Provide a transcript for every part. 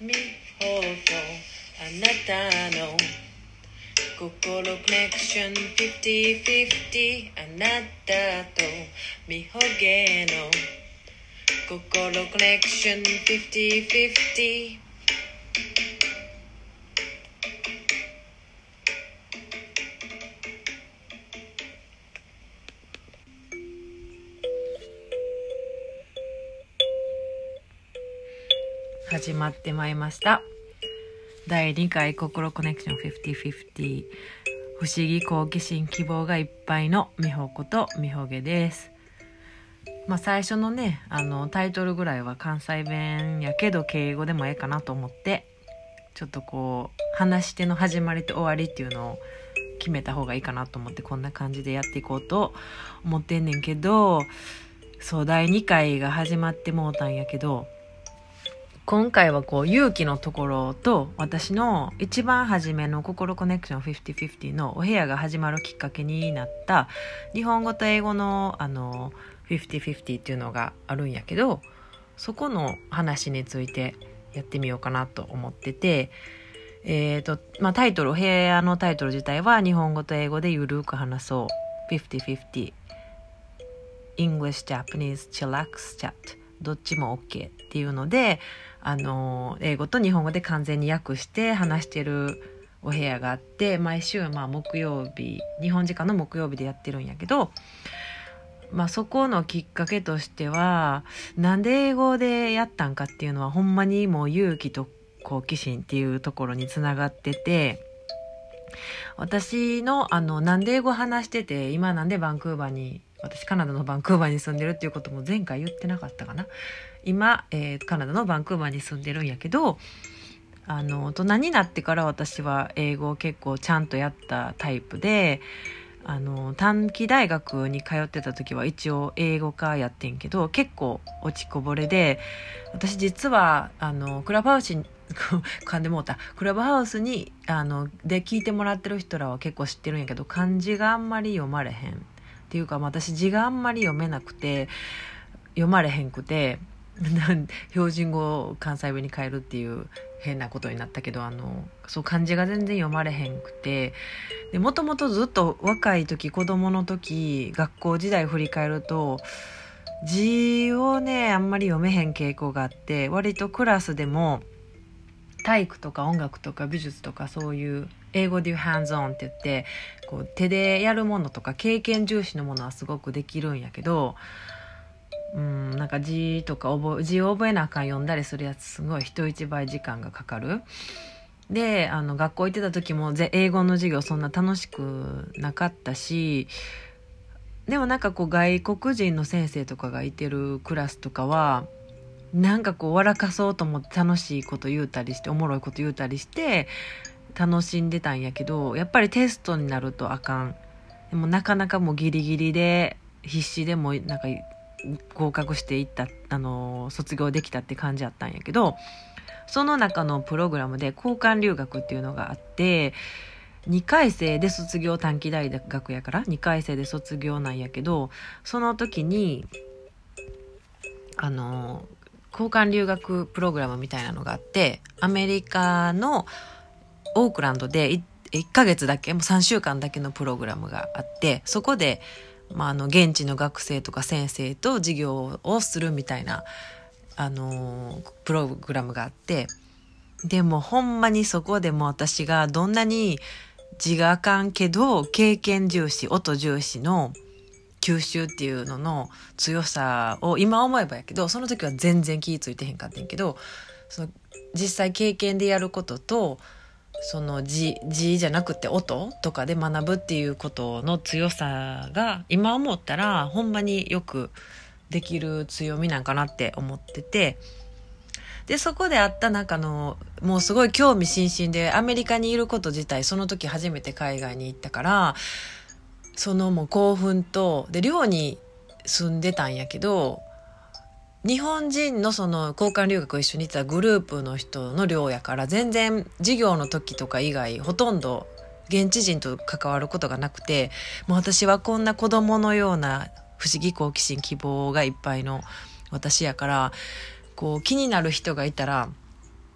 美穂とあなたの心コネクション50-50あなたと美穂芸の心コネクション50-50始まってまいりました。第2回心コネクション50-50不思議好奇心希望がいっぱいの美穂子と美穂毛です。最初のねタイトルぐらいは関西弁やけど敬語でもええかなと思ってちょっと話し手の始まりと終わりっていうのを決めた方がいいかなと思ってこんな感じでやっていこうと思ってんねんけど、そう第2回が始まってもうたんやけど、今回は勇気のところと私の一番初めの心コネクション50-50のお部屋が始まるきっかけになった日本語と英語の50-50っていうのがあるんやけど、そこの話についてやってみようかなと思ってて、タイトル、お部屋のタイトル自体は日本語と英語でゆるく話そう50-50 English Japanese Chillax Chatどっちも OK っていうので英語と日本語で完全に訳して話してるお部屋があって、毎週木曜日、日本時間の木曜日でやってるんやけど、そこのきっかけとしてはなんで英語でやったんかっていうのはほんまにもう勇気と好奇心っていうところにつながってて、私のなんで英語話してて今なんで私カナダのバンクーバーに住んでるっていうことも前回言ってなかったかな。今、カナダのバンクーバーに住んでるんやけど、大人になってから私は英語を結構ちゃんとやったタイプで、短期大学に通ってた時は一応英語科やってんけど結構落ちこぼれで、私実はクラブハウスに噛んでもうたクラブハウスにで聞いてもらってる人らは結構知ってるんやけど、漢字があんまり読まれへんっていうか、私字があんまり読めなくて読まれへんくて標準語を関西弁に変えるっていう変なことになったけど、そう漢字が全然読まれへんくて、でもともとずっと若い時子供の時学校時代振り返ると字をねあんまり読めへん傾向があって、割とクラスでも体育とか音楽とか美術とかそういう英語で言うハンズオンって言って手でやるものとか経験重視のものはすごくできるんやけど、なんか字を覚えなあかん読んだりするやつすごい人一倍時間がかかる。で学校行ってた時も英語の授業そんな楽しくなかったし、でも外国人の先生とかがいてるクラスとかは笑かそうと思って楽しいこと言うたりしておもろいこと言うたりして楽しんでたんやけど、やっぱりテストになるとあかん。でもなかなかもうギリギリで必死でも合格していった卒業できたって感じやったんやけど、その中のプログラムで交換留学っていうのがあって、2回生で卒業、短期大学やから2回生で卒業なんやけど、その時に交換留学プログラムみたいなのがあって、アメリカのオークランドで1ヶ月だけもう3週間だけのプログラムがあって、そこで現地の学生とか先生と授業をするみたいなプログラムがあって、でもほんまにそこでも私がどんなに字があかんけど経験重視、音重視の吸収っていうのの強さを今思えばやけど、その時は全然気ついてへんかったんけど、その実際経験でやることとその字じゃなくて音とかで学ぶっていうことの強さが今思ったらほんまによくできる強みなんかなって思ってて、でそこであったもうすごい興味津々でアメリカにいること自体その時初めて海外に行ったから、そのもう興奮とで寮に住んでたんやけど、日本人のその交換留学を一緒に行ったグループの人の寮やから全然授業の時とか以外ほとんど現地人と関わることがなくて、もう私はこんな子供のような不思議好奇心希望がいっぱいの私やから、気になる人がいたら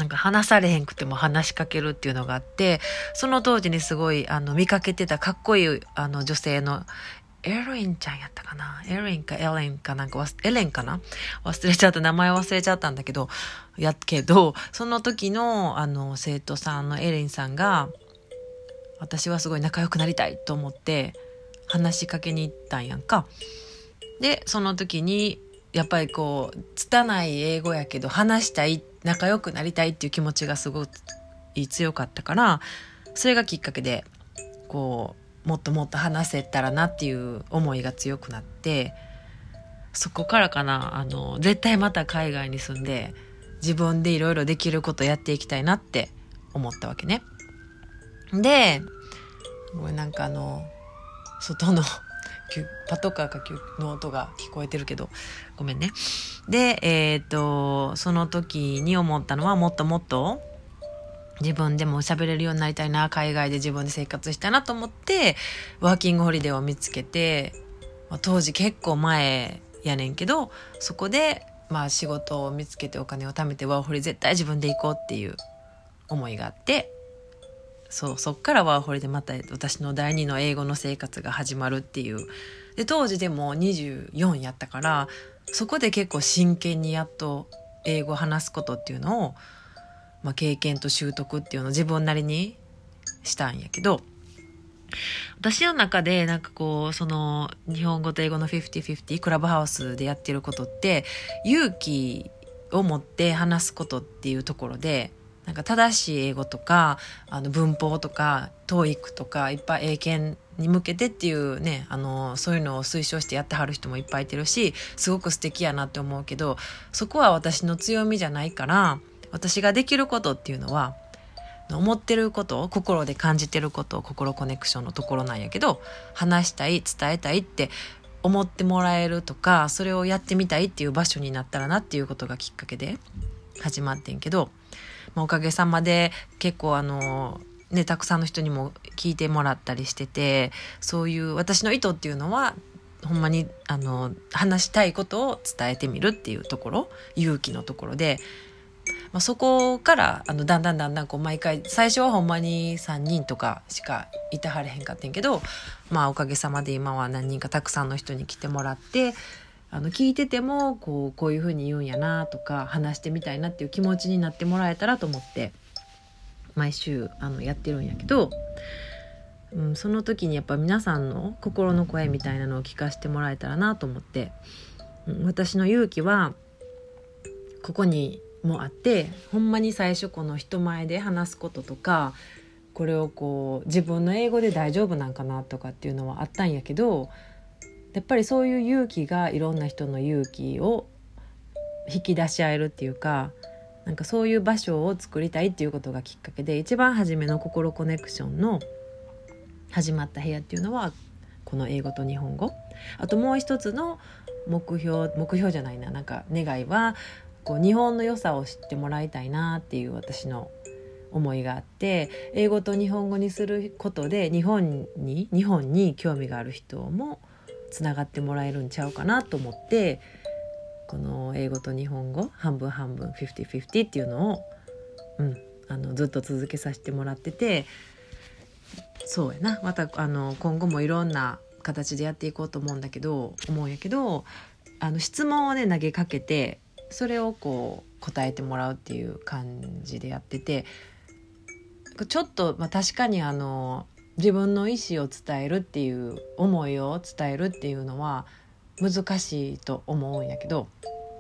なんか話されへんくても話しかけるっていうのがあって、その当時にすごい見かけてたかっこいい女性のエレンちゃんやったかな、エレンかエレンかなんかエレンかな、忘れちゃった、名前忘れちゃったんだけど、その時の生徒さんのエレンさんが、私はすごい仲良くなりたいと思って話しかけに行ったんやんか。でその時にやっぱりこう拙い英語やけど話したい、仲良くなりたいっていう気持ちがすごい強かったから、それがきっかけでこうもっともっと話せたらなっていう思いが強くなって、そこからかな、絶対また海外に住んで自分でいろいろできることやっていきたいなって思ったわけね。でなんか外のパトカーの音が聞こえてるけどごめんね。でその時に思ったのは、もっともっと自分でも喋れるようになりたいな、海外で自分で生活したいなと思ってワーキングホリデーを見つけて、当時結構前やねんけど、そこで仕事を見つけてお金を貯めてワーホリ絶対自分で行こうっていう思いがあって、そっからワーホリでまた私の第二の英語の生活が始まるっていう。で当時でも24やったから、そこで結構真剣にやっと英語を話すことっていうのを、経験と習得っていうのを自分なりにしたんやけど、私の中でなんかこうその日本語と英語の50-50クラブハウスでやってることって、勇気を持って話すことっていうところで、なんか正しい英語とか文法とか TOEIC とかいっぱい英検に向けてっていうね、そういうのを推奨してやってはる人もいっぱいいてるし、すごく素敵やなって思うけど、そこは私の強みじゃないから、私ができることっていうのは思ってることを、心で感じてることを、心コネクションのところなんやけど、話したい、伝えたいって思ってもらえるとか、それをやってみたいっていう場所になったらなっていうことがきっかけで始まってんけど、おかげさまで結構たくさんの人にも聞いてもらったりしてて、そういう私の意図っていうのはほんまに話したいことを伝えてみるっていうところ、勇気のところで、そこからだんだんこう毎回、最初はほんまに3人とかしかいてはれへんかってんけど、おかげさまで今は何人かたくさんの人に来てもらって、聞いててもこういう風に言うんやなとか、話してみたいなっていう気持ちになってもらえたらと思って毎週やってるんやけど、その時にやっぱ皆さんの心の声みたいなのを聞かせてもらえたらなと思って、私の勇気はここにもあって、ほんまに最初この人前で話すこととか、これをこう自分の英語で大丈夫なんかなとかっていうのはあったんやけど、やっぱりそういう勇気がいろんな人の勇気を引き出し合えるっていうか、なんかそういう場所を作りたいっていうことがきっかけで、一番初めの心コネクションの始まった部屋っていうのはこの英語と日本語。あともう一つの目標じゃないな、なんか願いはこう日本の良さを知ってもらいたいなっていう私の思いがあって、英語と日本語にすることで日本に興味がある人もつながってもらえるんちゃうかなと思って、この英語と日本語半分半分50-50っていうのを、ずっと続けさせてもらってて、そうやな、また今後もいろんな形でやっていこうと思うんやけど、質問をね投げかけて、それをこう答えてもらうっていう感じでやってて、ちょっと、確かに自分の意思を伝えるっていう、思いを伝えるっていうのは難しいと思うんやけど、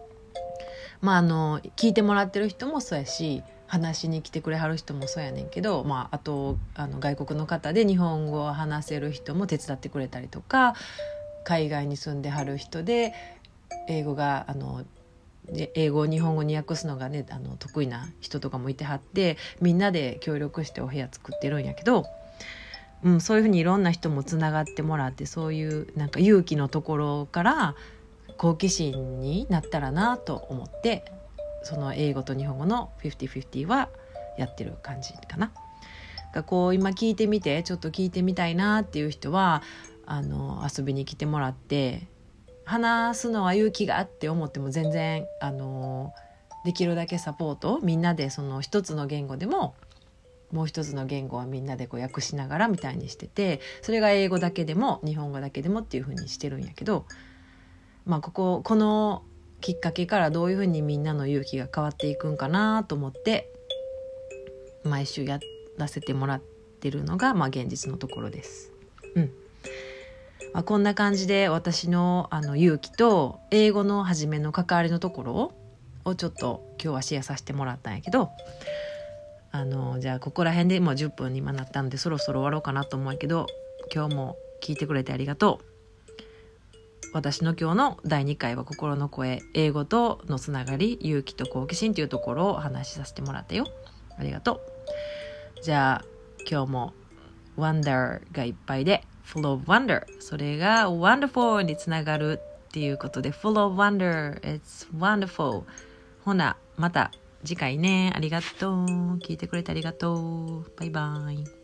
聞いてもらってる人もそうやし、話しに来てくれはる人もそうやねんけど、あと外国の方で日本語を話せる人も手伝ってくれたりとか、海外に住んではる人で英語を日本語に訳すのがね得意な人とかもいてはって、みんなで協力してお部屋作ってるんやけど、そういうふうにいろんな人もつながってもらって、そういうなんか勇気のところから好奇心になったらなと思って、その英語と日本語の50-50はやってる感じかな。こう今聞いてみて、ちょっと聞いてみたいなっていう人は遊びに来てもらって、話すのは勇気があって思っても全然できるだけサポート、みんなでその一つの言語でももう一つの言語はみんなでこう訳しながらみたいにしてて、それが英語だけでも日本語だけでもっていう風にしてるんやけど、このきっかけからどういう風にみんなの勇気が変わっていくんかなと思って毎週やらせてもらってるのが現実のところです。こんな感じで私の勇気と英語の初めの関わりのところをちょっと今日はシェアさせてもらったんやけど、じゃあここら辺でもう10分に今なったんでそろそろ終わろうかなと思うけど、今日も聞いてくれてありがとう。私の今日の第2回は心の声、英語とのつながり、勇気と好奇心というところをお話しさせてもらったよ。ありがとう。じゃあ今日も Wonder がいっぱいで Full of Wonder、 それが Wonderful につながるっていうことで Full of Wonder, It's wonderful。 ほなまた次回ね。ありがとう。聞いてくれてありがとう。バイバイ。